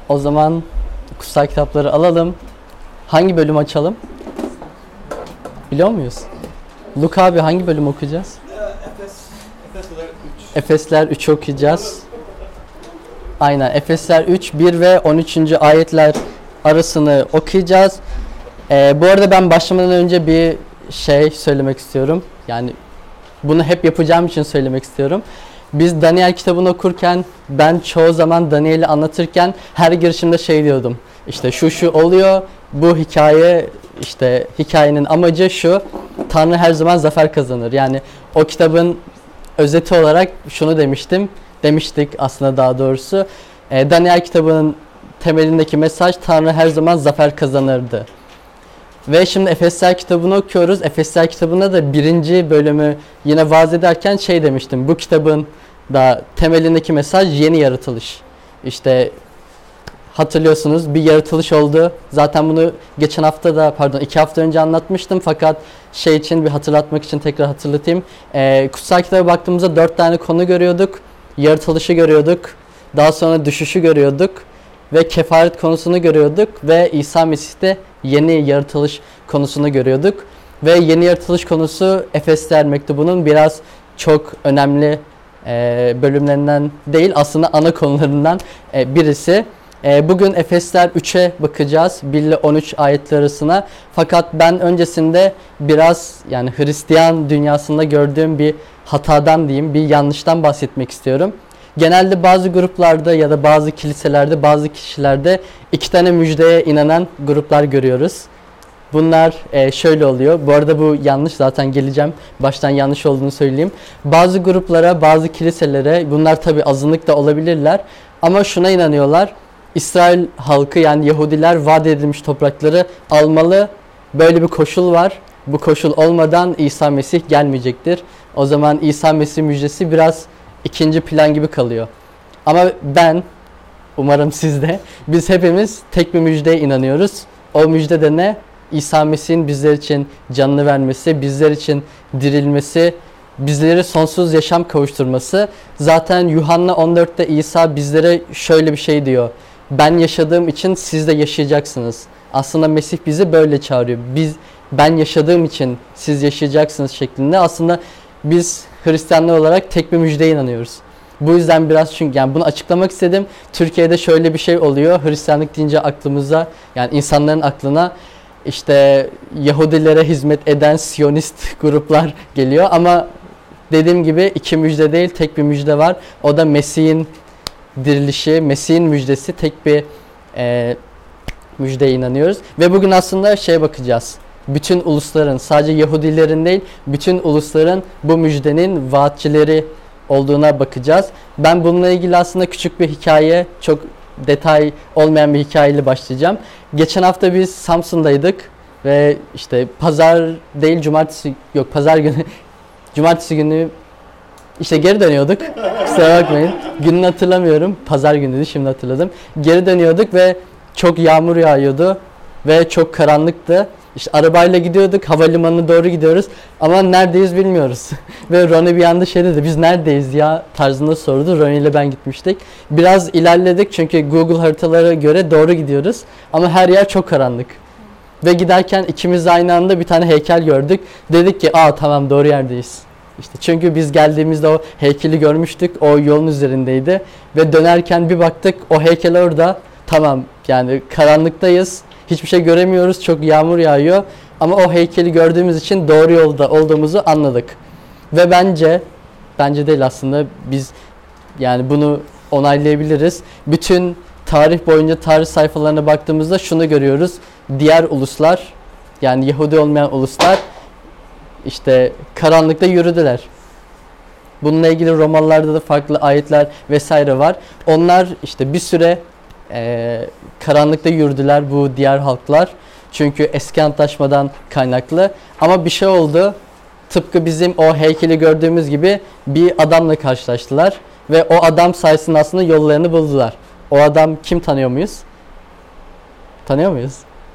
O zaman kutsal kitapları alalım. Hangi bölüm açalım? Biliyor muyuz? Luka abi hangi bölüm okuyacağız? Efesler 3 okuyacağız. Aynen Efesler 3, 1 ve 13. ayetler arasını okuyacağız. Bu arada ben başlamadan önce bir şey söylemek istiyorum. Yani bunu hep yapacağım için söylemek istiyorum. Biz Daniel kitabını okurken ben çoğu zaman Daniel'i anlatırken her girişimde şey diyordum. İşte şu oluyor, bu hikaye, işte hikayenin amacı şu, Tanrı her zaman zafer kazanır. Yani o kitabın özeti olarak şunu demiştik aslında daha doğrusu. Daniel kitabının temelindeki mesaj Tanrı her zaman zafer kazanırdı. Ve şimdi Efesler kitabını okuyoruz. Efesler kitabında da 1. bölümü yine vaaz ederken şey demiştim. Bu kitabın da temelindeki mesaj yeni yaratılış. İşte hatırlıyorsunuz bir yaratılış oldu. Zaten bunu geçen hafta da 2 hafta önce anlatmıştım. Fakat şey için bir hatırlatmak için tekrar hatırlatayım. Kutsal kitaba baktığımızda 4 tane konu görüyorduk. Yaratılışı görüyorduk. Daha sonra düşüşü görüyorduk. Ve kefaret konusunu görüyorduk. Ve İsa Mesih'te yeni yaratılış konusunu görüyorduk. Ve yeni yaratılış konusu Efesler mektubunun biraz çok önemli bölümlerinden değil, aslında ana konularından birisi. Bugün Efesler 3'e bakacağız, 1 ile 13 ayetler arasına. Fakat ben öncesinde biraz yani Hristiyan dünyasında gördüğüm bir hatadan diyeyim, bir yanlıştan bahsetmek istiyorum. Genelde bazı gruplarda ya da bazı kiliselerde, bazı kişilerde 2 tane müjdeye inanan gruplar görüyoruz. Bunlar şöyle oluyor. Bu arada bu yanlış, zaten geleceğim. Baştan yanlış olduğunu söyleyeyim. Bazı gruplara, bazı kiliselere, bunlar tabi azınlık da olabilirler. Ama şuna inanıyorlar. İsrail halkı yani Yahudiler vaat edilmiş toprakları almalı. Böyle bir koşul var. Bu koşul olmadan İsa Mesih gelmeyecektir. O zaman İsa Mesih müjdesi biraz ikinci plan gibi kalıyor. Ama ben, umarım siz de, biz hepimiz tek bir müjdeye inanıyoruz. O müjde de ne? İsa Mesih'in bizler için canını vermesi, bizler için dirilmesi, bizleri sonsuz yaşam kavuşturması. Zaten Yuhanna 14'te İsa bizlere şöyle bir şey diyor. Ben yaşadığım için siz de yaşayacaksınız. Aslında Mesih bizi böyle çağırıyor. Ben yaşadığım için siz yaşayacaksınız şeklinde. Aslında biz Hristiyanlar olarak tek bir müjdeye inanıyoruz. Bu yüzden biraz çünkü yani bunu açıklamak istedim. Türkiye'de şöyle bir şey oluyor. Hristiyanlık deyince aklımıza, yani insanların aklına işte Yahudilere hizmet eden Siyonist gruplar geliyor. Ama dediğim gibi 2 müjde değil, tek bir müjde var. O da Mesih'in dirilişi, Mesih'in müjdesi, tek bir müjdeye inanıyoruz. Ve bugün aslında şeye bakacağız. Bütün ulusların, sadece Yahudilerin değil, bütün ulusların bu müjdenin vaatçileri olduğuna bakacağız. Ben bununla ilgili aslında küçük bir hikaye, çok detay olmayan bir hikayeyle başlayacağım. Geçen hafta biz Samsun'daydık ve işte pazar değil, pazar günü, cumartesi günü işte geri dönüyorduk. Kusura bakmayın. Gününü hatırlamıyorum. Pazar günüydü, şimdi hatırladım. Geri dönüyorduk ve çok yağmur yağıyordu ve çok karanlıktı. İşte arabayla gidiyorduk, havalimanına doğru gidiyoruz ama neredeyiz bilmiyoruz. Ve Ronnie bir anda şey dedi, biz neredeyiz ya tarzında sordu. Ronnie ile ben gitmiştik. Biraz ilerledik çünkü Google haritalara göre doğru gidiyoruz ama her yer çok karanlık. Ve giderken ikimiz aynı anda bir tane heykel gördük. Dedik ki tamam doğru yerdeyiz. İşte çünkü biz geldiğimizde o heykeli görmüştük, o yolun üzerindeydi. Ve dönerken bir baktık o heykel orada. Tamam yani karanlıktayız. Hiçbir şey göremiyoruz. Çok yağmur yağıyor. Ama o heykeli gördüğümüz için doğru yolda olduğumuzu anladık. Ve bence değil aslında, biz yani bunu onaylayabiliriz. Bütün tarih boyunca tarih sayfalarına baktığımızda şunu görüyoruz. Diğer uluslar, yani Yahudi olmayan uluslar işte karanlıkta yürüdüler. Bununla ilgili Romalılarda da farklı ayetler vesaire var. Onlar işte bir süre karanlıkta yürüdüler bu diğer halklar. Çünkü eski antlaşmadan kaynaklı. Ama bir şey oldu. Tıpkı bizim o heykeli gördüğümüz gibi bir adamla karşılaştılar. Ve o adam sayesinde aslında yollarını buldular. O adam kim, tanıyor muyuz? Tanıyor muyuz?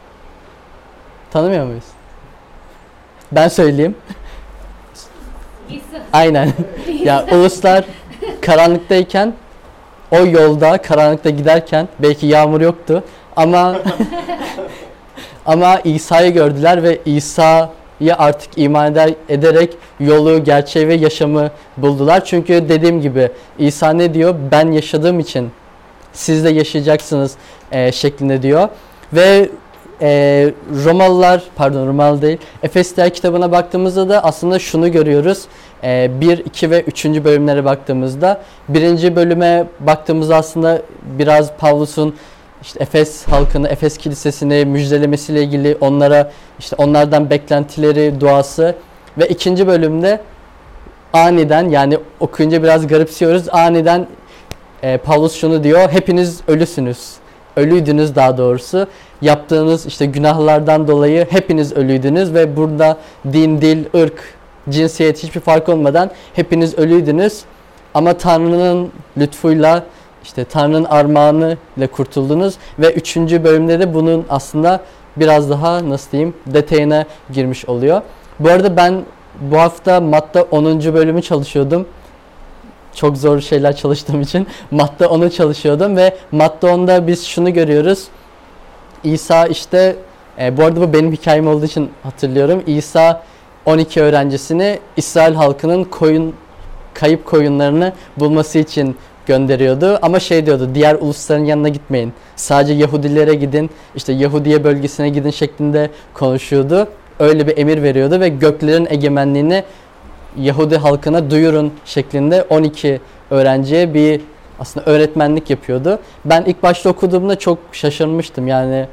Tanımıyor muyuz? Ben söyleyeyim. Aynen. Ya uluslar karanlıktayken o yolda karanlıkta giderken belki yağmur yoktu ama ama İsa'yı gördüler ve İsa'ya artık iman ederek yolu, gerçeği ve yaşamı buldular. Çünkü dediğim gibi İsa ne diyor? Ben yaşadığım için siz de yaşayacaksınız şeklinde diyor. Ve Romalı değil, Efesliler kitabına baktığımızda da aslında şunu görüyoruz. 1, 2 ve 3. bölümlere baktığımızda, 1. bölüme baktığımızda aslında biraz Pavlus'un işte Efes halkını, Efes kilisesini müjdelemesiyle ilgili onlara işte onlardan beklentileri, duası ve 2. bölümde aniden, yani okuyunca biraz garipsiyoruz. Aniden Pavlus şunu diyor: hepiniz ölüsünüz. Ölüydünüz daha doğrusu. Yaptığınız işte günahlardan dolayı hepiniz ölüydünüz ve burada din, dil, ırk, cinsiyet hiçbir fark olmadan hepiniz ölüydünüz. Ama Tanrı'nın lütfuyla, işte Tanrı'nın armağanı ile kurtuldunuz ve 3. bölümde de bunun aslında biraz daha nasıl diyeyim detayına girmiş oluyor. Bu arada ben bu hafta Matta 10. bölümü çalışıyordum. Çok zor şeyler çalıştığım için Matta 10'u çalışıyordum ve Matta 10'da biz şunu görüyoruz. İsa işte, bu arada bu benim hikayem olduğu için hatırlıyorum. İsa 12 öğrencisini İsrail halkının kayıp koyunlarını bulması için gönderiyordu. Ama şey diyordu: diğer ulusların yanına gitmeyin. Sadece Yahudilere gidin, işte Yahudiye bölgesine gidin şeklinde konuşuyordu. Öyle bir emir veriyordu ve göklerin egemenliğini Yahudi halkına duyurun şeklinde 12 öğrenciye bir aslında öğretmenlik yapıyordu. Ben ilk başta okuduğumda çok şaşırmıştım. Yani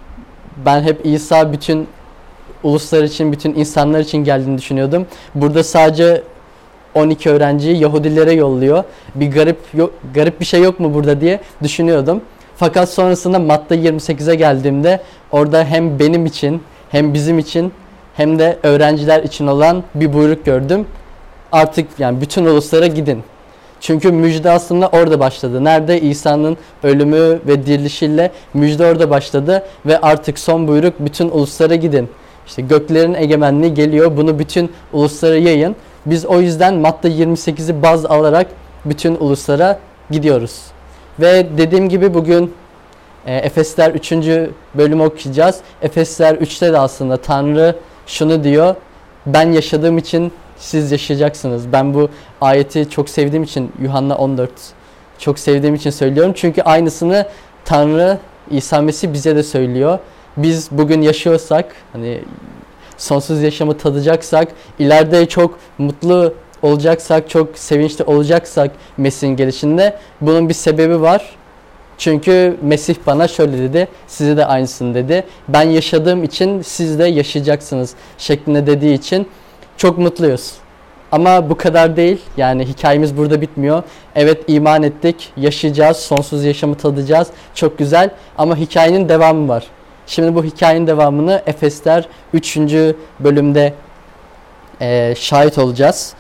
ben hep İsa bütün uluslar için, bütün insanlar için geldiğini düşünüyordum. Burada sadece 12 öğrenciyi Yahudilere yolluyor. Bir garip bir şey yok mu burada diye düşünüyordum. Fakat sonrasında Matta 28'e geldiğimde orada hem benim için, hem bizim için, hem de öğrenciler için olan bir buyruk gördüm. Artık yani bütün uluslara gidin. Çünkü müjde aslında orada başladı. Nerede? İsa'nın ölümü ve dirilişiyle müjde orada başladı ve artık son buyruk bütün uluslara gidin. İşte göklerin egemenliği geliyor. Bunu bütün uluslara yayın. Biz o yüzden Matta 28'i baz alarak bütün uluslara gidiyoruz. Ve dediğim gibi bugün Efesler 3. bölümü okuyacağız. Efesler 3'te de aslında Tanrı şunu diyor: ben yaşadığım için siz yaşayacaksınız. Ben bu ayeti çok sevdiğim için, Yuhanna 14 çok sevdiğim için söylüyorum. Çünkü aynısını Tanrı, İsa Mesih bize de söylüyor. Biz bugün yaşıyorsak, hani sonsuz yaşamı tadacaksak, ileride çok mutlu olacaksak, çok sevinçli olacaksak Mesih'in gelişinde, bunun bir sebebi var. Çünkü Mesih bana şöyle dedi, size de aynısını dedi. Ben yaşadığım için siz de yaşayacaksınız şeklinde dediği için çok mutluyuz. Ama bu kadar değil. Yani hikayemiz burada bitmiyor. Evet, iman ettik, yaşayacağız, sonsuz yaşamı tadacağız. Çok güzel ama hikayenin devamı var. Şimdi bu hikayenin devamını Efesler 3. bölümde şahit olacağız.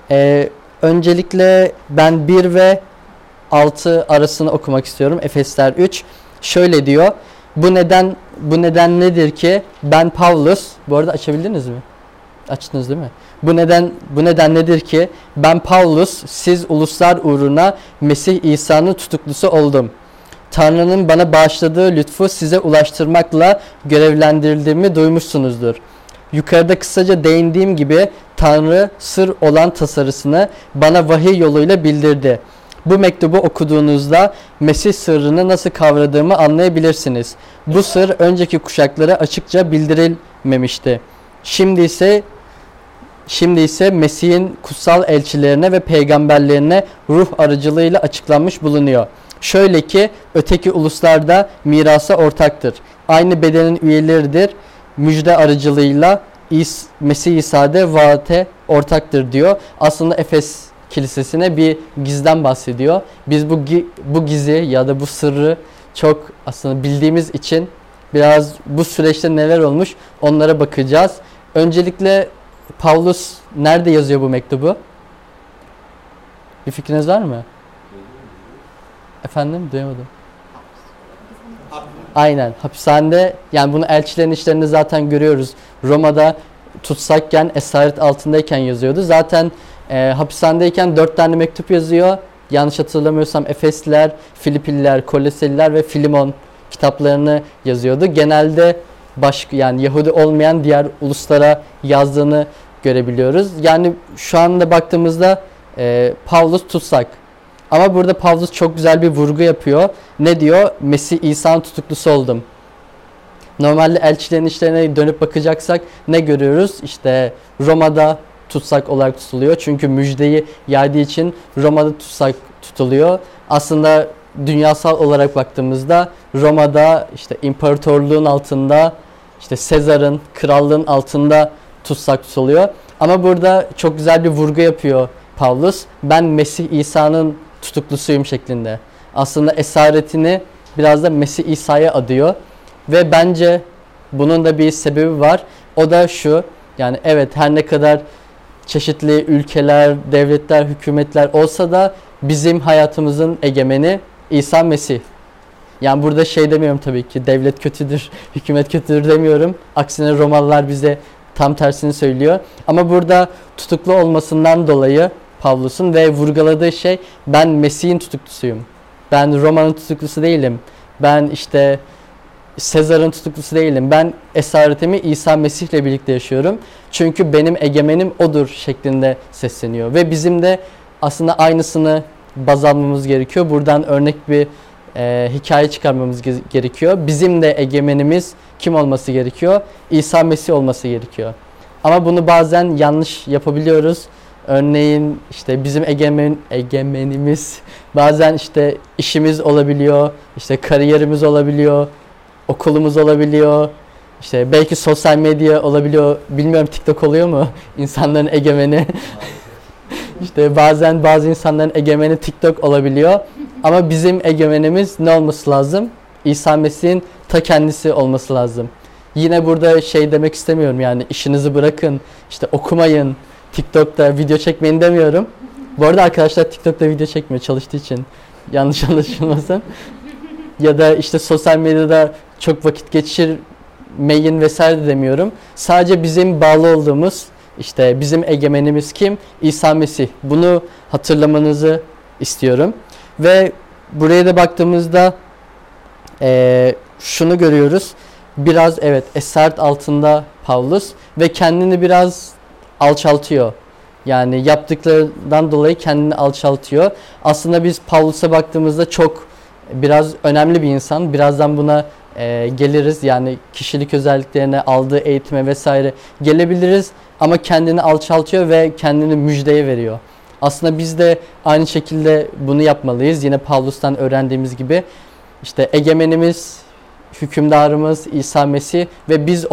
Öncelikle ben 1 ve 6 arasını okumak istiyorum. Efesler 3 şöyle diyor: bu neden nedir ki ben Pavlus, bu arada açabildiniz mi? Açtınız değil mi? Bu neden nedir ki ben Pavlus, siz uluslar uğruna Mesih İsa'nın tutuklusu oldum. Tanrı'nın bana bağışladığı lütfu size ulaştırmakla görevlendirildiğimi duymuşsunuzdur. Yukarıda kısaca değindiğim gibi Tanrı sır olan tasarısını bana vahiy yoluyla bildirdi. Bu mektubu okuduğunuzda Mesih sırrını nasıl kavradığımı anlayabilirsiniz. Bu sır önceki kuşaklara açıkça bildirilmemişti. Şimdi ise Mesih'in kutsal elçilerine ve peygamberlerine ruh aracılığıyla açıklanmış bulunuyor. Şöyle ki öteki uluslar da mirasa ortaktır. Aynı bedenin üyeleridir. Müjde aracılığıyla Mesih İsa'da vaate ortaktır diyor. Aslında Efes kilisesine bir gizden bahsediyor. Biz bu gizi ya da bu sırrı çok aslında bildiğimiz için biraz bu süreçte neler olmuş onlara bakacağız. Öncelikle Pavlus nerede yazıyor bu mektubu? Bir fikriniz var mı? Efendim, duyamadım. Aynen, hapishanede. Yani bunu elçilerin işlerinde zaten görüyoruz. Roma'da tutsakken, esaret altındayken yazıyordu. Zaten hapishanedeyken 4 tane mektup yazıyor. yanlış hatırlamıyorsam Efesliler, Filipliler, Koloseliler ve Filimon kitaplarını yazıyordu. Genelde başka, yani Yahudi olmayan diğer uluslara yazdığını görebiliyoruz. Yani şu anda baktığımızda Pavlus tutsak. Ama burada Pavlus çok güzel bir vurgu yapıyor. Ne diyor? Mesih İsa'nın tutuklusu oldum. Normalde elçilerin işlerine dönüp bakacaksak ne görüyoruz? İşte Roma'da tutsak olarak tutuluyor. Çünkü müjdeyi yaydığı için Roma'da tutsak tutuluyor. Aslında dünyasal olarak baktığımızda Roma'da işte imparatorluğun altında, işte Sezar'ın, krallığın altında tutsak tutuluyor. Ama burada çok güzel bir vurgu yapıyor Pavlus. Ben Mesih İsa'nın tutuklusuyum şeklinde. Aslında esaretini biraz da Mesih İsa'ya adıyor. Ve bence bunun da bir sebebi var. O da şu. Yani evet, her ne kadar çeşitli ülkeler, devletler, hükümetler olsa da bizim hayatımızın egemeni İsa Mesih. Yani burada şey demiyorum tabii ki, devlet kötüdür, hükümet kötüdür demiyorum. Aksine Romalılar bize tam tersini söylüyor. Ama burada tutuklu olmasından dolayı Pavlus'un ve vurguladığı şey, ben Mesih'in tutuklusuyum. Ben Roma'nın tutuklusu değilim. Ben işte Sezar'ın tutuklusu değilim. Ben esaretimi İsa Mesih'le birlikte yaşıyorum. Çünkü benim egemenim odur şeklinde sesleniyor. Ve bizim de aslında aynısını baz almamız gerekiyor. Buradan örnek bir hikaye çıkarmamız gerekiyor. Bizim de egemenimiz kim olması gerekiyor? İsa Mesih olması gerekiyor. Ama bunu bazen yanlış yapabiliyoruz. Örneğin işte bizim egemenimiz bazen işte işimiz olabiliyor, işte kariyerimiz olabiliyor, okulumuz olabiliyor, işte belki sosyal medya olabiliyor. Bilmiyorum, TikTok oluyor mu? İnsanların egemeni. İşte bazen bazı insanların egemeni TikTok olabiliyor. Ama bizim egemenimiz ne olması lazım? İsa Mesih'in ta kendisi olması lazım. Yine burada şey demek istemiyorum, yani işinizi bırakın, işte okumayın, TikTok'ta video çekmeyin demiyorum. Bu arada arkadaşlar TikTok'ta video çekmiyor çalıştığı için, yanlış anlaşılmasın. Ya da işte sosyal medyada çok vakit geçirmeyin vesaire de demiyorum. Sadece bizim bağlı olduğumuz, işte bizim egemenimiz kim? İsa Mesih. Bunu hatırlamanızı istiyorum. Ve buraya da baktığımızda şunu görüyoruz. Biraz evet esaret altında Pavlus ve kendini biraz alçaltıyor. Yani yaptıklarından dolayı kendini alçaltıyor. Aslında biz Pavlus'a baktığımızda çok biraz önemli bir insan. Birazdan buna geliriz. Yani kişilik özelliklerine, aldığı eğitime vesaire gelebiliriz. Ama kendini alçaltıyor ve kendini müjdeye veriyor. Aslında biz de aynı şekilde bunu yapmalıyız. Yine Pavlus'tan öğrendiğimiz gibi. İşte egemenimiz, hükümdarımız İsa Mesih ve biz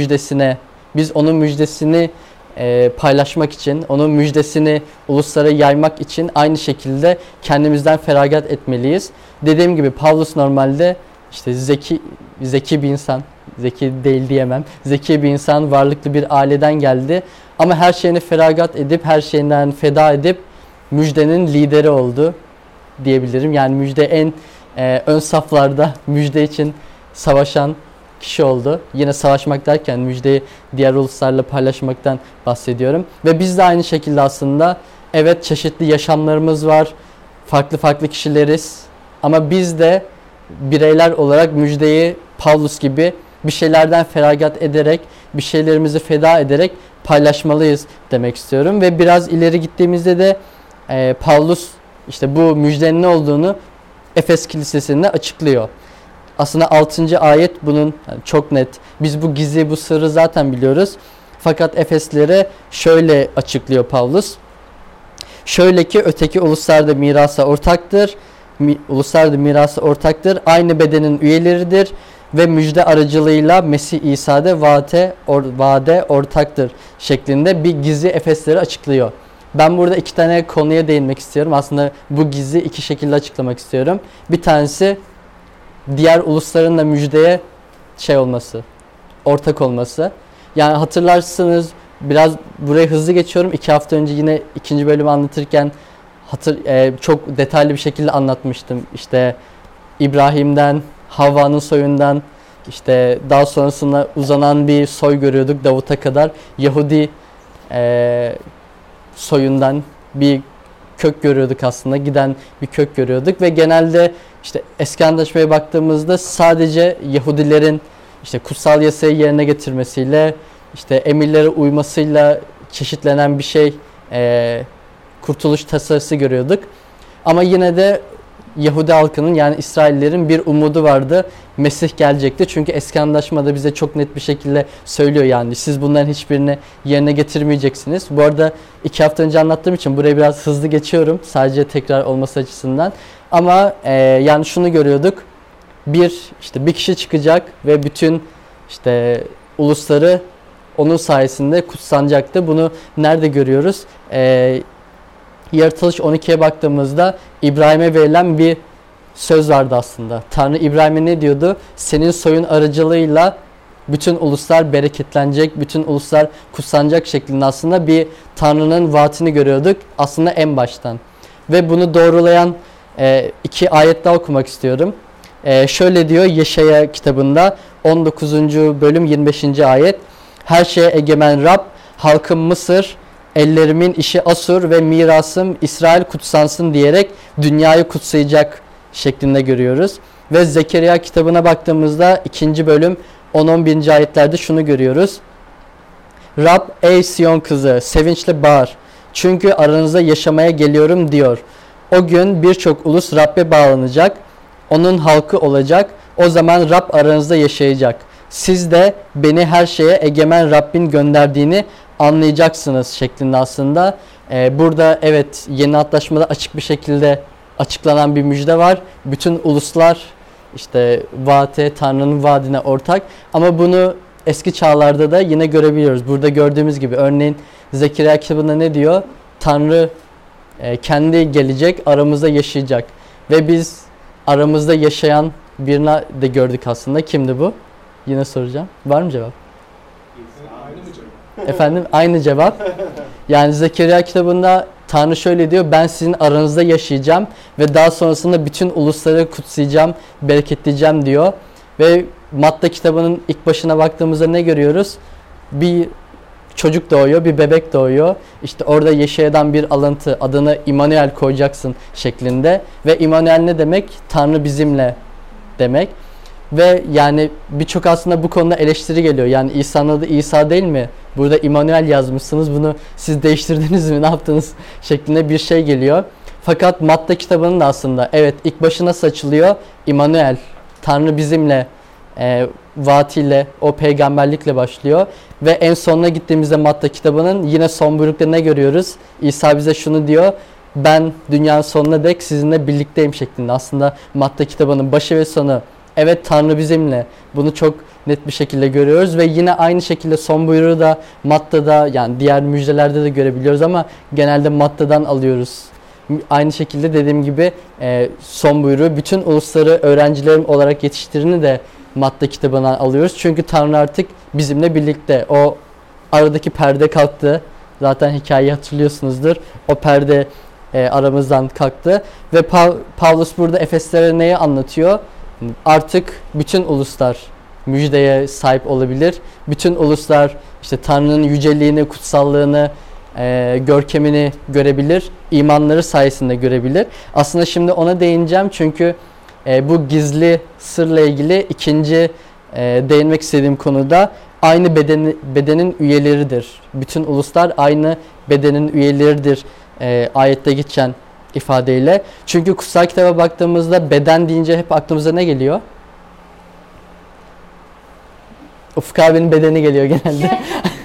onun müjdesini paylaşmak için, onun müjdesini uluslara yaymak için aynı şekilde kendimizden feragat etmeliyiz. Dediğim gibi Pavlus normalde işte zeki bir insan, zeki değil diyemem, zeki bir insan, varlıklı bir aileden geldi. Ama her şeyini feragat edip, her şeyinden feda edip müjdenin lideri oldu diyebilirim. Yani müjde en ön saflarda müjde için savaşan kişi oldu. Yine savaşmak derken müjdeyi diğer uluslarla paylaşmaktan bahsediyorum. Ve biz de aynı şekilde aslında evet çeşitli yaşamlarımız var. Farklı farklı kişileriz. Ama biz de bireyler olarak müjdeyi Pavlus gibi bir şeylerden feragat ederek, bir şeylerimizi feda ederek paylaşmalıyız demek istiyorum. Ve biraz ileri gittiğimizde de Pavlus işte bu müjdenin ne olduğunu Efes Kilisesi'nde açıklıyor. Aslında 6. ayet bunun çok net. Biz bu gizli, bu sırrı zaten biliyoruz. Fakat Efeslilere şöyle açıklıyor Pavlus. Şöyle ki öteki uluslar da mirasa ortaktır. Uluslar da mirasa ortaktır. Aynı bedenin üyeleridir. Ve müjde aracılığıyla Mesih İsa'da vaade ortaktır şeklinde bir gizli Efeslilere açıklıyor. Ben burada iki tane konuya değinmek istiyorum. Aslında bu gizli iki şekilde açıklamak istiyorum. Bir tanesi diğer ulusların da müjdeye ortak olması. Yani hatırlarsınız, biraz burayı hızlı geçiyorum. 2 hafta önce yine ikinci bölümü anlatırken çok detaylı bir şekilde anlatmıştım. İşte İbrahim'den, Havva'nın soyundan, işte daha sonrasında uzanan bir soy görüyorduk Davut'a kadar. Yahudi soyundan bir kök görüyorduk aslında. Giden bir kök görüyorduk ve genelde işte eski antlaşmaya baktığımızda sadece Yahudilerin işte kutsal yasayı yerine getirmesiyle, işte emirlere uymasıyla çeşitlenen bir şey, kurtuluş tasarısı görüyorduk. Ama yine de Yahudi halkının, yani İsraillerin bir umudu vardı. Mesih gelecekti. Çünkü eski antlaşmada bize çok net bir şekilde söylüyor, yani siz bunların hiçbirini yerine getirmeyeceksiniz. Bu arada 2 hafta önce anlattığım için burayı biraz hızlı geçiyorum. Sadece tekrar olması açısından. Ama yani şunu görüyorduk. Bir kişi çıkacak ve bütün işte ulusları onun sayesinde kutsanacaktı. Bunu nerede görüyoruz? Yaratılış 12'ye baktığımızda İbrahim'e verilen bir söz vardı aslında. Tanrı İbrahim'e ne diyordu? Senin soyun aracılığıyla bütün uluslar bereketlenecek, bütün uluslar kutsanacak şeklinde aslında bir Tanrı'nın vaatini görüyorduk aslında en baştan. Ve bunu doğrulayan 2 ayet daha okumak istiyorum. Şöyle diyor Yeşaya kitabında 19. bölüm 25. ayet. Her şeye egemen Rab, halkım Mısır, ellerimin işi Asur ve mirasım İsrail kutsansın diyerek dünyayı kutsayacak şeklinde görüyoruz. Ve Zekeriya kitabına baktığımızda 2. bölüm 10-11. ayetlerde şunu görüyoruz. Rab, ey Siyon kızı, sevinçle bağır. Çünkü aranızda yaşamaya geliyorum diyor. O gün birçok ulus Rab'be bağlanacak. Onun halkı olacak. O zaman Rab aranızda yaşayacak. Siz de beni her şeye egemen Rabbin gönderdiğini anlayacaksınız şeklinde aslında. Burada evet, yeni antlaşmada açık bir şekilde açıklanan bir müjde var. Bütün uluslar işte vaate, Tanrı'nın vaadine ortak. Ama bunu eski çağlarda da yine görebiliyoruz. Burada gördüğümüz gibi örneğin Zekeriya kitabında ne diyor? Tanrı kendi gelecek, aramızda yaşayacak. Ve biz aramızda yaşayan birini de gördük aslında. Kimdi bu? Yine soracağım. Var mı cevap? Aynı mı cevap? Efendim, aynı cevap. Yani Zekeriya kitabında Tanrı şöyle diyor: ben sizin aranızda yaşayacağım ve daha sonrasında bütün ulusları kutsayacağım, bereketleyeceğim diyor. Ve Matta kitabının ilk başına baktığımızda ne görüyoruz? Bir çocuk doğuyor, bir bebek doğuyor. İşte orada Yeşaya'dan bir alıntı, adını İmmanuel koyacaksın şeklinde. Ve İmmanuel ne demek? Tanrı bizimle demek. Ve yani birçok aslında bu konuda eleştiri geliyor. Yani İsa'nın adı İsa değil mi? Burada İmmanuel yazmışsınız. Bunu siz değiştirdiniz mi? Ne yaptınız? Şeklinde bir şey geliyor. Fakat Matta kitabının da aslında evet, ilk başı nasıl açılıyor? İmmanuel, Tanrı bizimle vaatiyle, o peygamberlikle başlıyor. Ve en sonuna gittiğimizde Matta kitabının yine son buyrukta ne görüyoruz? İsa bize şunu diyor: ben dünyanın sonuna dek sizinle birlikteyim şeklinde. Aslında Matta kitabının başı ve sonu. Evet, Tanrı bizimle. Bunu çok net bir şekilde görüyoruz ve yine aynı şekilde son buyruğu da Matta'da, yani diğer müjdelerde de görebiliyoruz ama genelde Matta'dan alıyoruz. Aynı şekilde dediğim gibi son buyruğu bütün ulusları öğrencilerim olarak yetiştirini de Matta kitabından alıyoruz. Çünkü Tanrı artık bizimle birlikte. O aradaki perde kalktı. Zaten hikayeyi hatırlıyorsunuzdur. O perde aramızdan kalktı ve Pavlus burada Efeslilere neyi anlatıyor? Artık bütün uluslar müjdeye sahip olabilir. Bütün uluslar işte Tanrı'nın yüceliğini, kutsallığını, görkemini görebilir. İmanları sayesinde görebilir. Aslında şimdi ona değineceğim çünkü bu gizli sırla ilgili ikinci değinmek istediğim konuda aynı bedenin üyeleridir. Bütün uluslar aynı bedenin üyeleridir ayette geçen ifadeyle. Çünkü kutsal kitaba baktığımızda beden deyince hep aklımıza ne geliyor? Ufuk abinin bedeni geliyor genelde.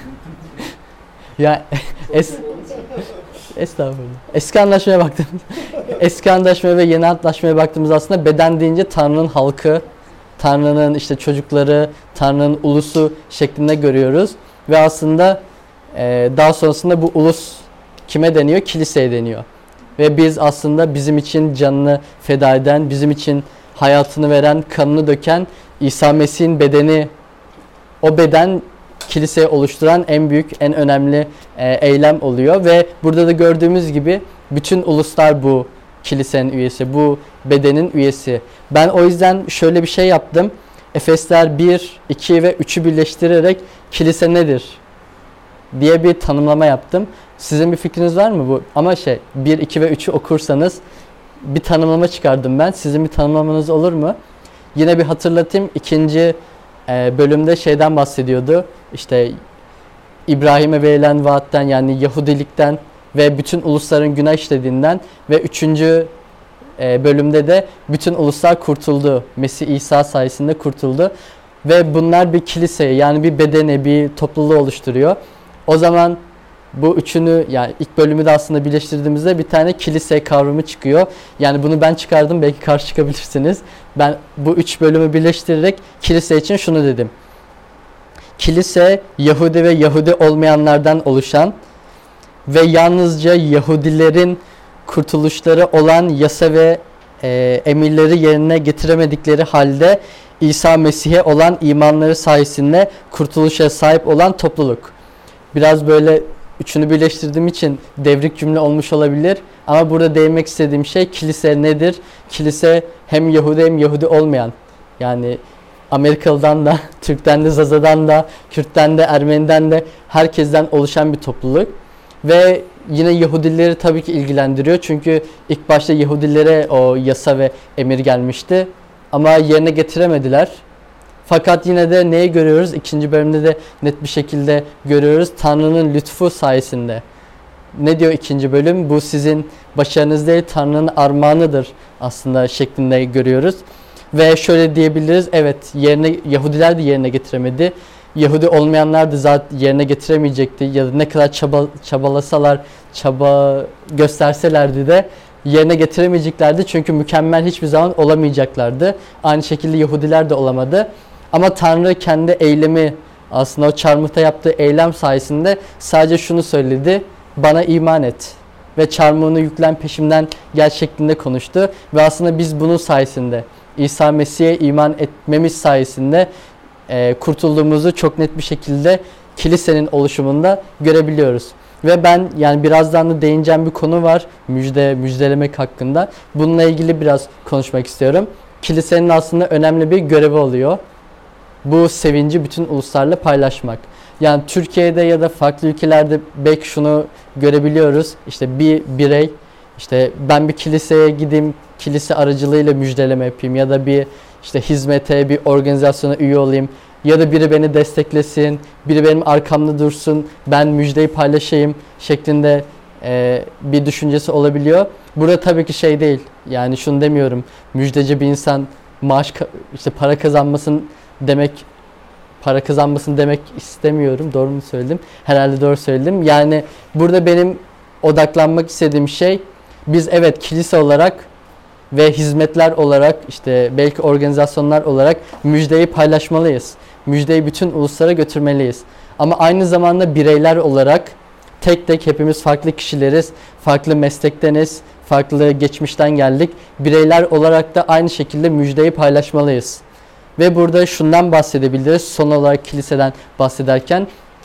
Ya estağfurullah. Eski antlaşmaya baktığımız, eski antlaşmaya ve yeni antlaşmaya baktığımız aslında beden deyince Tanrı'nın halkı, Tanrı'nın işte çocukları, Tanrı'nın ulusu şeklinde görüyoruz. Ve aslında daha sonrasında bu ulus kime deniyor? Kiliseye deniyor. Ve biz aslında bizim için canını feda eden, bizim için hayatını veren, kanını döken İsa Mesih'in bedeni, o beden kiliseye oluşturan en büyük, en önemli eylem oluyor. Ve burada da gördüğümüz gibi bütün uluslar bu kilisenin üyesi, bu bedenin üyesi. Ben o yüzden şöyle bir şey yaptım. Efesler 1, 2 ve 3'ü birleştirerek kilise nedir diye bir tanımlama yaptım. Sizin bir fikriniz var mı bu? Ama 1, 2 ve 3'ü okursanız bir tanımlama çıkardım ben. Sizin bir tanımlamanız olur mu? Yine bir hatırlatayım. İkinci bölümde şeyden bahsediyordu. İşte İbrahim'e verilen vaatten, yani Yahudilikten ve bütün ulusların günah işlediğinden, ve üçüncü bölümde de bütün uluslar kurtuldu. Mesih İsa sayesinde kurtuldu. Ve bunlar bir kilise, yani bir bedeni, bir topluluğu oluşturuyor. O zaman bu üçünü, yani ilk bölümü de aslında birleştirdiğimizde bir tane kilise kavramı çıkıyor. Yani bunu ben çıkardım, belki karşı çıkabilirsiniz. Ben bu üç bölümü birleştirerek kilise için şunu dedim. Kilise, Yahudi ve Yahudi olmayanlardan oluşan ve yalnızca Yahudilerin kurtuluşları olan yasa ve emirleri yerine getiremedikleri halde İsa Mesih'e olan imanları sayesinde kurtuluşa sahip olan topluluk. Biraz böyle üçünü birleştirdiğim için devrik cümle olmuş olabilir. Ama burada değinmek istediğim şey, kilise nedir? Kilise hem Yahudi hem Yahudi olmayan. Yani Amerikalı'dan da, Türk'ten de, Zaza'dan da, Kürt'ten de, Ermeni'den de, herkesten oluşan bir topluluk. Ve yine Yahudileri tabii ki ilgilendiriyor. Çünkü ilk başta Yahudilere o yasa ve emir gelmişti. Ama yerine getiremediler. Fakat yine de neyi görüyoruz? İkinci bölümde de net bir şekilde görüyoruz. Tanrı'nın lütfu sayesinde. Ne diyor ikinci bölüm? Bu sizin başarınız değil, Tanrı'nın armağanıdır aslında şeklinde görüyoruz. Ve şöyle diyebiliriz. Evet, Yahudiler de yerine getiremedi. Yahudi olmayanlar da zaten yerine getiremeyecekti. Ya da ne kadar çabalasalar, çaba gösterselerdi de yerine getiremeyeceklerdi. Çünkü mükemmel hiçbir zaman olamayacaklardı. Aynı şekilde Yahudiler de olamadı. Ama Tanrı kendi eylemi, aslında o çarmıhta yaptığı eylem sayesinde sadece şunu söyledi: bana iman et ve çarmıhını yüklen, peşimden gel şeklinde konuştu. Ve aslında biz bunun sayesinde, İsa Mesih'e iman etmemiz sayesinde kurtulduğumuzu çok net bir şekilde kilisenin oluşumunda görebiliyoruz. Ve ben, yani birazdan da değineceğim bir konu var, müjdelemek hakkında. Bununla ilgili biraz konuşmak istiyorum. Kilisenin aslında önemli bir görevi oluyor. Bu sevinci bütün uluslarla paylaşmak. Yani Türkiye'de ya da farklı ülkelerde belki şunu görebiliyoruz. İşte bir birey, işte ben bir kiliseye gideyim, kilise aracılığıyla müjdeleme yapayım ya da bir hizmete, bir organizasyona üye olayım ya da biri beni desteklesin, biri benim arkamda dursun, ben müjdeyi paylaşayım şeklinde bir düşüncesi olabiliyor. Burada tabii ki değil. Yani şunu demiyorum. Müjdeci bir insan para kazanmasın demek istemiyorum. Doğru mu söyledim? Herhalde doğru söyledim. Yani burada benim odaklanmak istediğim şey, biz evet kilise olarak ve hizmetler olarak, belki organizasyonlar olarak müjdeyi paylaşmalıyız. Müjdeyi bütün uluslara götürmeliyiz. Ama aynı zamanda bireyler olarak tek tek hepimiz farklı kişileriz, farklı meslekteniz, farklı geçmişten geldik. Bireyler olarak da aynı şekilde müjdeyi paylaşmalıyız. Ve burada şundan bahsedebiliriz. Son olarak kiliseden bahsederken,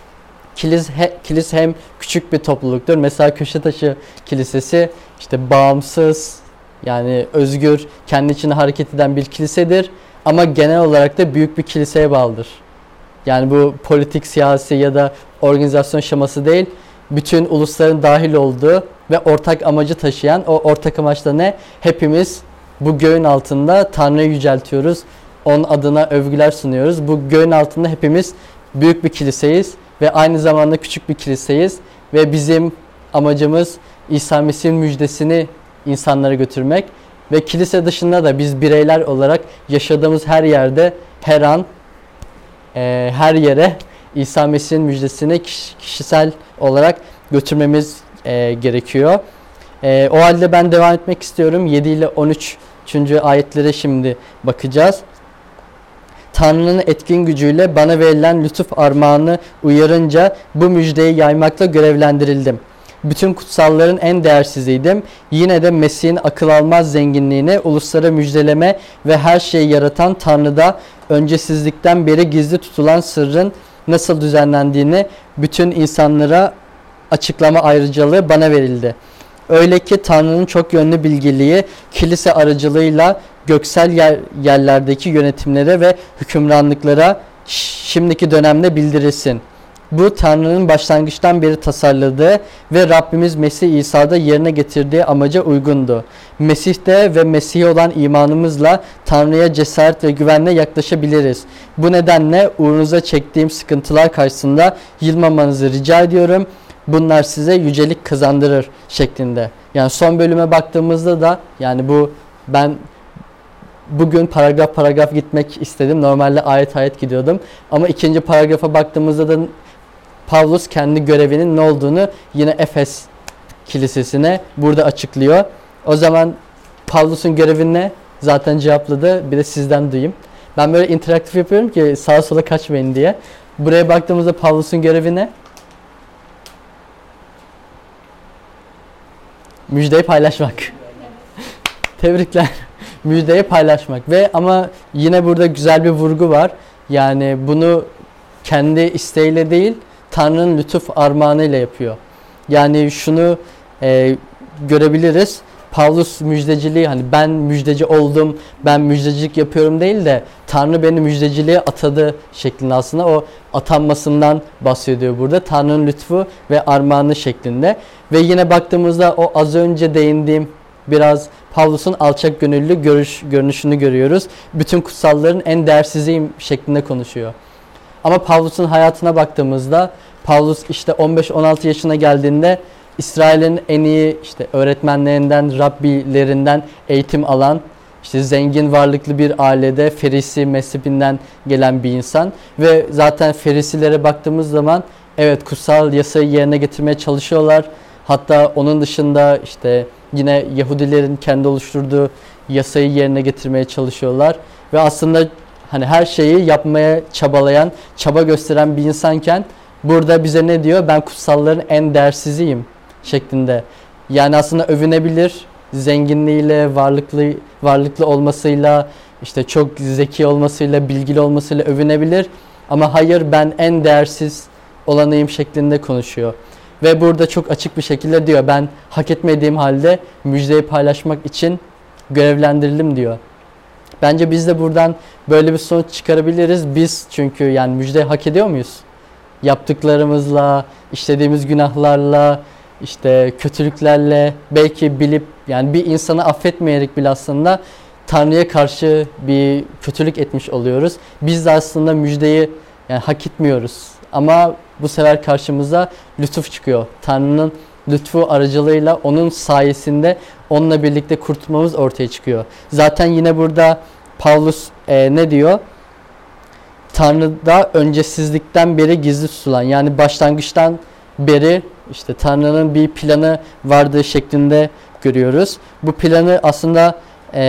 kilise hem küçük bir topluluktur. Mesela Köşetaşı Kilisesi bağımsız, yani özgür, kendi içine hareket eden bir kilisedir. Ama genel olarak da büyük bir kiliseye bağlıdır. Yani bu politik, siyasi ya da organizasyon şeması değil, bütün ulusların dahil olduğu ve ortak amacı taşıyan, o ortak amaçta ne? Hepimiz bu göğün altında Tanrı'yı yüceltiyoruz. Onun adına övgüler sunuyoruz. Bu göğün altında hepimiz büyük bir kiliseyiz ve aynı zamanda küçük bir kiliseyiz. Ve bizim amacımız İsa Mesih'in müjdesini insanlara götürmek. Ve kilise dışında da biz bireyler olarak yaşadığımız her yerde, her an, her yere İsa Mesih'in müjdesini kişisel olarak götürmemiz gerekiyor. O halde ben devam etmek istiyorum. 7 ile 13. ayetlere şimdi bakacağız. Tanrı'nın etkin gücüyle bana verilen lütuf armağanı uyarınca bu müjdeyi yaymakla görevlendirildim. Bütün kutsalların en değersiziydim. Yine de Mesih'in akıl almaz zenginliğini uluslara müjdeleme ve her şeyi yaratan Tanrı'da öncesizlikten beri gizli tutulan sırrın nasıl düzenlendiğini bütün insanlara açıklama ayrıcalığı bana verildi. Öyle ki Tanrı'nın çok yönlü bilgiliği kilise aracılığıyla göksel yerlerdeki yönetimlere ve hükümranlıklara şimdiki dönemde bildirilsin. Bu Tanrı'nın başlangıçtan beri tasarladığı ve Rabbimiz Mesih İsa'da yerine getirdiği amaca uygundu. Mesih'te ve Mesih'e olan imanımızla Tanrı'ya cesaret ve güvenle yaklaşabiliriz. Bu nedenle uğrunuza çektiğim sıkıntılar karşısında yılmamanızı rica ediyorum. Bunlar size yücelik kazandırır şeklinde. Yani son bölüme baktığımızda da yani ben bugün paragraf paragraf gitmek istedim. Normalde ayet ayet gidiyordum. Ama ikinci paragrafa baktığımızda da Pavlus kendi görevinin ne olduğunu yine Efes kilisesine burada açıklıyor. O zaman Pavlus'un görevi ne? Zaten cevapladı. Bir de sizden duyayım. Ben böyle interaktif yapıyorum ki sağa sola kaçmayın diye. Buraya baktığımızda Pavlus'un görevi ne? Müjdeyi paylaşmak. Tebrikler. Müjdeyi paylaşmak ve ama yine burada güzel bir vurgu var. Yani bunu kendi isteğiyle değil, Tanrı'nın lütuf armağanıyla yapıyor. Yani şunu görebiliriz. Pavlus müjdeciliği hani ben müjdeci oldum, ben müjdecilik yapıyorum değil de Tanrı beni müjdeciliğe atadı şeklinde aslında o atanmasından bahsediyor burada. Tanrı'nın lütfu ve armağanı şeklinde. Ve yine baktığımızda o az önce değindiğim biraz Pavlus'un alçak gönüllü görünüşünü görüyoruz. Bütün kutsalların en değersiziyim şeklinde konuşuyor. Ama Pavlus'un hayatına baktığımızda Pavlus işte 15-16 yaşına geldiğinde İsrail'in en iyi işte öğretmenlerinden, rabbilerinden eğitim alan, işte zengin, varlıklı bir ailede Ferisi mezhebinden gelen bir insan ve zaten Ferisilere baktığımız zaman evet kutsal yasayı yerine getirmeye çalışıyorlar. Hatta onun dışında işte yine Yahudilerin kendi oluşturduğu yasayı yerine getirmeye çalışıyorlar ve aslında hani her şeyi yapmaya çabalayan, çaba gösteren bir insanken burada bize ne diyor? Ben kutsalların en değersiziyim şeklinde. Yani aslında övünebilir zenginliğiyle, varlıklı olmasıyla, işte çok zeki olmasıyla, bilgili olmasıyla övünebilir. Ama hayır ben en değersiz olanıyım şeklinde konuşuyor. Ve burada çok açık bir şekilde diyor ben hak etmediğim halde müjdeyi paylaşmak için görevlendirildim diyor. Bence biz de buradan böyle bir sonuç çıkarabiliriz. Biz çünkü yani müjdeyi hak ediyor muyuz? Yaptıklarımızla, işlediğimiz günahlarla, işte kötülüklerle belki bilip yani bir insanı affetmeyerek bile aslında Tanrı'ya karşı bir kötülük etmiş oluyoruz. Biz de aslında müjdeyi yani hak etmiyoruz. Ama bu sefer karşımıza lütuf çıkıyor. Tanrı'nın lütfu aracılığıyla onun sayesinde onunla birlikte kurtulmamız ortaya çıkıyor. Zaten yine burada Pavlus ne diyor? Tanrı'da öncesizlikten beri gizli tutulan yani başlangıçtan beri işte Tanrı'nın bir planı vardığı şeklinde görüyoruz. Bu planı aslında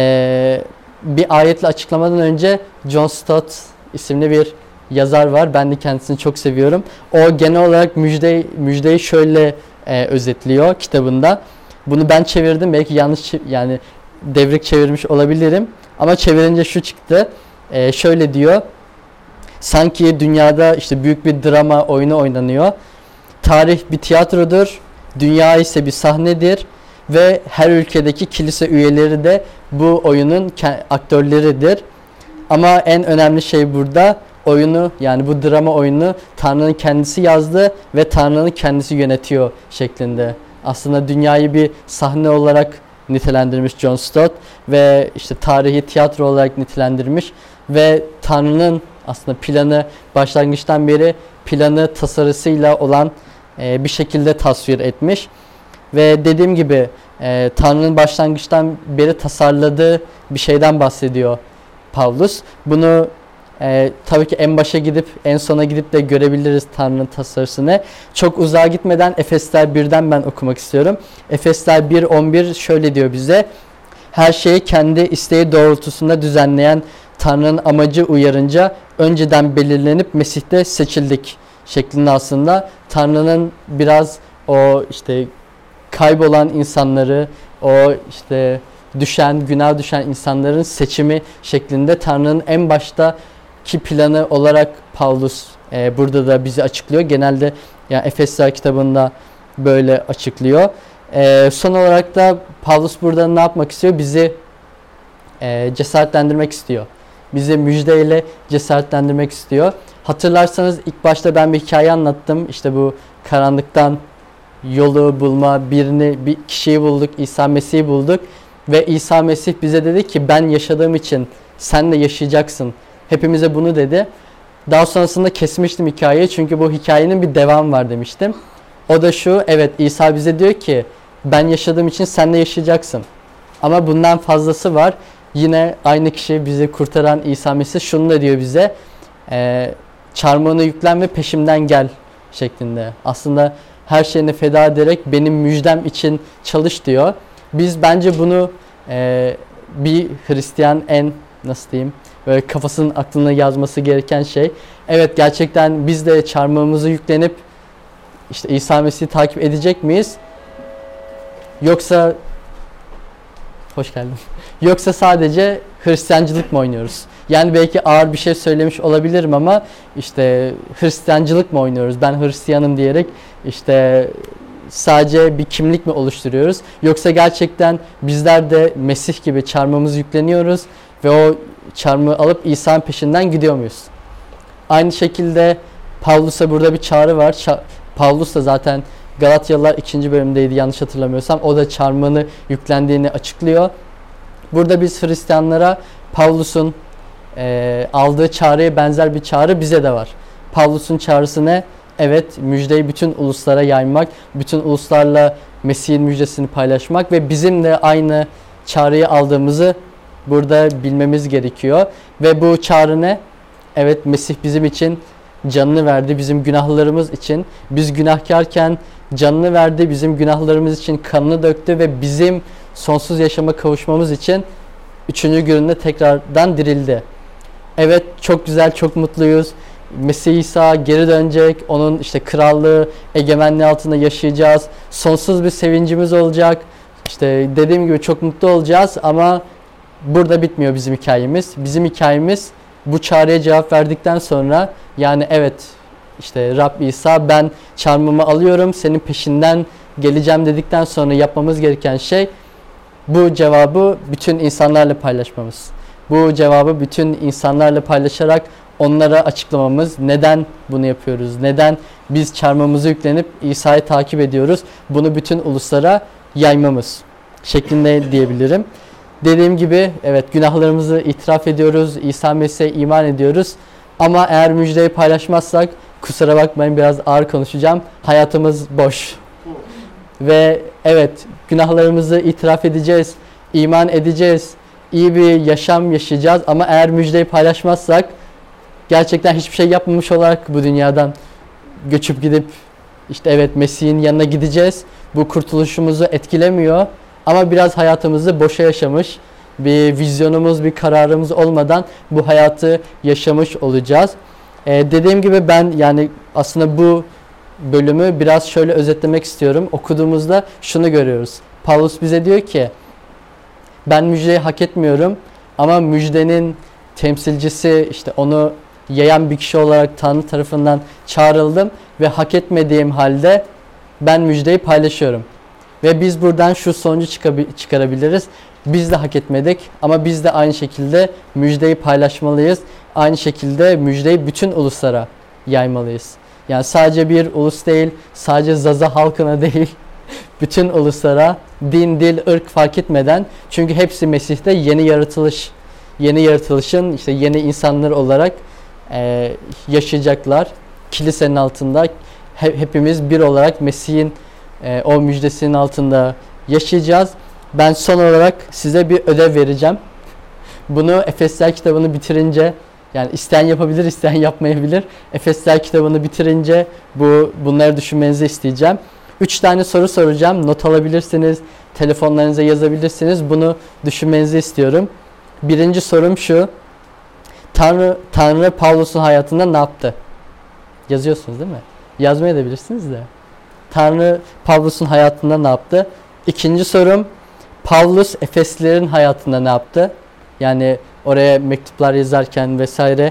bir ayetle açıklamadan önce John Stott isimli bir yazar var. Ben de kendisini çok seviyorum. O genel olarak müjdeyi şöyle özetliyor kitabında. Bunu ben çevirdim. Belki yanlış yani devrik çevirmiş olabilirim. Ama çevirince şu çıktı. Şöyle diyor. Sanki dünyada işte büyük bir drama oyunu oynanıyor. Tarih bir tiyatrodur. Dünya ise bir sahnedir. Ve her ülkedeki kilise üyeleri de bu oyunun aktörleridir. Ama en önemli şey burada oyunu yani bu drama oyunu Tanrı'nın kendisi yazdı ve Tanrı'nın kendisi yönetiyor şeklinde. Aslında dünyayı bir sahne olarak nitelendirmiş John Stott ve işte tarihi tiyatro olarak nitelendirmiş ve Tanrı'nın aslında planı başlangıçtan beri planı tasarısıyla olan bir şekilde tasvir etmiş. Ve dediğim gibi Tanrı'nın başlangıçtan beri tasarladığı bir şeyden bahsediyor Pavlus. Bunu tabii ki en başa gidip en sona gidip de görebiliriz Tanrı'nın tasarısını. Çok uzağa gitmeden Efesler 1'den ben okumak istiyorum. Efesler 1:11 şöyle diyor bize. Her şeyi kendi isteği doğrultusunda düzenleyen Tanrı'nın amacı uyarınca önceden belirlenip Mesih'te seçildik şeklinde aslında Tanrı'nın biraz o işte kaybolan insanları, o işte günah düşen insanların seçimi şeklinde Tanrı'nın en baştaki planı olarak Pavlus burada da bizi açıklıyor. Genelde yani Efesler kitabında böyle açıklıyor. Son olarak da Pavlus burada ne yapmak istiyor? Bizi cesaretlendirmek istiyor. bizi müjdeyle cesaretlendirmek istiyor. Hatırlarsanız ilk başta ben bir hikaye anlattım. İşte bu karanlıktan yolu bulma, bir kişiyi bulduk, İsa Mesih'i bulduk. Ve İsa Mesih bize dedi ki ben yaşadığım için sen de yaşayacaksın. Hepimize bunu dedi. Daha sonrasında kesmiştim hikayeyi çünkü bu hikayenin bir devamı var demiştim. O da şu, evet İsa bize diyor ki ben yaşadığım için sen de yaşayacaksın. Ama bundan fazlası var. Yine aynı kişi bizi kurtaran İsa Mesih şunu da diyor bize. Çarmıhını yüklen ve peşimden gel şeklinde. Aslında her şeyini feda ederek benim müjdem için çalış diyor. Biz bence bunu bir Hristiyan nasıl diyeyim böyle kafasının aklına yazması gereken şey. Evet gerçekten biz de çarmıhımızı yüklenip işte İsa Mesih'i takip edecek miyiz? Yoksa hoş geldin. Yoksa sadece Hristiyancılık mı oynuyoruz? Yani belki ağır bir şey söylemiş olabilirim ama işte Hristiyancılık mı oynuyoruz? Ben Hristiyanım diyerek işte sadece bir kimlik mi oluşturuyoruz? Yoksa gerçekten bizler de Mesih gibi çarmıhımızı yükleniyoruz ve o çarmıhı alıp İsa'nın peşinden gidiyor muyuz? Aynı şekilde Pavlus'a burada bir çağrı var. Pavlus da zaten Galatyalılar 2. bölümdeydi yanlış hatırlamıyorsam. O da çarmıhını yüklendiğini açıklıyor. Burada biz Hristiyanlara Pavlus'un aldığı çağrıya benzer bir çağrı bize de var. Pavlus'un çağrısı ne? Evet, müjdeyi bütün uluslara yaymak, bütün uluslarla Mesih'in müjdesini paylaşmak ve bizim de aynı çağrıyı aldığımızı burada bilmemiz gerekiyor. Ve bu çağrı ne? Evet, Mesih bizim için canını verdi, bizim günahlarımız için. Biz günahkarken canını verdi, bizim günahlarımız için kanını döktü ve bizim sonsuz yaşama kavuşmamız için 3. gününde tekrardan dirildi. Evet, çok güzel, çok mutluyuz. Mesih İsa geri dönecek, onun işte krallığı, egemenliği altında yaşayacağız. Sonsuz bir sevincimiz olacak. İşte dediğim gibi çok mutlu olacağız ama burada bitmiyor bizim hikayemiz. Bizim hikayemiz bu çağrıya cevap verdikten sonra yani evet işte Rab İsa ben çarmıhımı alıyorum senin peşinden geleceğim dedikten sonra yapmamız gereken şey bu cevabı bütün insanlarla paylaşmamız. Bu cevabı bütün insanlarla paylaşarak onlara açıklamamız. Neden bunu yapıyoruz? Neden biz çarmıhımızı yüklenip İsa'yı takip ediyoruz? Bunu bütün uluslara yaymamız şeklinde diyebilirim. Dediğim gibi evet günahlarımızı itiraf ediyoruz. İsa Mesih'e iman ediyoruz. Ama eğer müjdeyi paylaşmazsak kusura bakmayın biraz ağır konuşacağım. Hayatımız boş. Ve evet günahlarımızı itiraf edeceğiz. İman edeceğiz. İyi bir yaşam yaşayacağız ama eğer müjdeyi paylaşmazsak gerçekten hiçbir şey yapmamış olarak bu dünyadan göçüp gidip işte evet Mesih'in yanına gideceğiz. Bu kurtuluşumuzu etkilemiyor ama biraz hayatımızı boşa yaşamış, bir vizyonumuz, bir kararımız olmadan bu hayatı yaşamış olacağız. Dediğim gibi ben yani aslında bu bölümü biraz şöyle özetlemek istiyorum. Okuduğumuzda şunu görüyoruz. Pavlus bize diyor ki ben müjdeyi hak etmiyorum ama müjdenin temsilcisi işte onu yayan bir kişi olarak Tanrı tarafından çağrıldım ve hak etmediğim halde ben müjdeyi paylaşıyorum. Ve biz buradan şu sonucu çıkarabiliriz. Biz de hak etmedik ama biz de aynı şekilde müjdeyi paylaşmalıyız. Aynı şekilde müjdeyi bütün uluslara yaymalıyız. Yani sadece bir ulus değil, sadece Zaza halkına değil, bütün uluslara din, dil, ırk fark etmeden çünkü hepsi Mesih'te yeni yaratılışın işte yeni insanlar olarak yaşayacaklar. Kilisenin altında hepimiz bir olarak Mesih'in o müjdesinin altında yaşayacağız. Ben son olarak size bir ödev vereceğim. Bunu Efesler kitabını bitirince yani isteyen yapabilir, isteyen yapmayabilir. Efesler kitabını bitirince bunları düşünmenizi isteyeceğim. 3 tane soru soracağım. Not alabilirsiniz, telefonlarınıza yazabilirsiniz. Bunu düşünmenizi istiyorum. Birinci sorum şu. Tanrı Pavlus'un hayatında ne yaptı? Yazıyorsunuz değil mi? Yazmaya da bilirsiniz de. Tanrı Pavlus'un hayatında ne yaptı? İkinci sorum. Pavlus Efeslilerin hayatında ne yaptı? Yani oraya mektuplar yazarken vesaire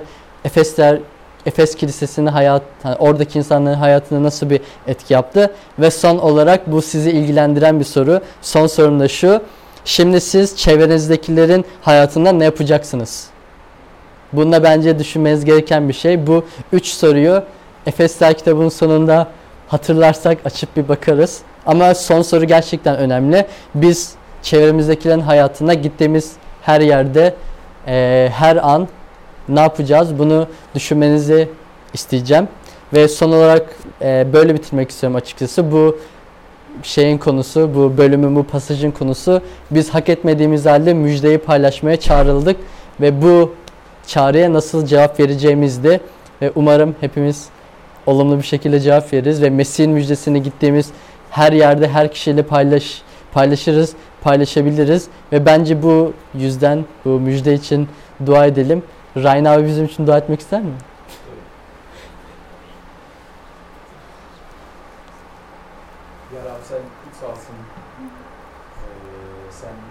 Efes Kilisesi'nin oradaki insanların hayatına nasıl bir etki yaptı? Ve son olarak bu sizi ilgilendiren bir soru. Son sorum da şu. Şimdi siz çevrenizdekilerin hayatında ne yapacaksınız? Bununla bence düşünmeniz gereken bir şey. Bu 3 soruyu Efesler kitabının sonunda hatırlarsak açıp bir bakarız. Ama son soru gerçekten önemli. Biz çevremizdekilerin hayatına gittiğimiz her yerde, her an ne yapacağız? Bunu düşünmenizi isteyeceğim. Ve son olarak böyle bitirmek istiyorum açıkçası. Bu şeyin konusu, bu bölümün, bu pasajın konusu, biz hak etmediğimiz halde müjdeyi paylaşmaya çağrıldık ve bu çağrıya nasıl cevap vereceğimizdi ve umarım hepimiz olumlu bir şekilde cevap veririz ve Mesih'in müjdesini gittiğimiz her yerde her kişiyle paylaşırız, paylaşabiliriz ve bence bu yüzden bu müjde için dua edelim. Ryan abi bizim için dua etmek ister mi?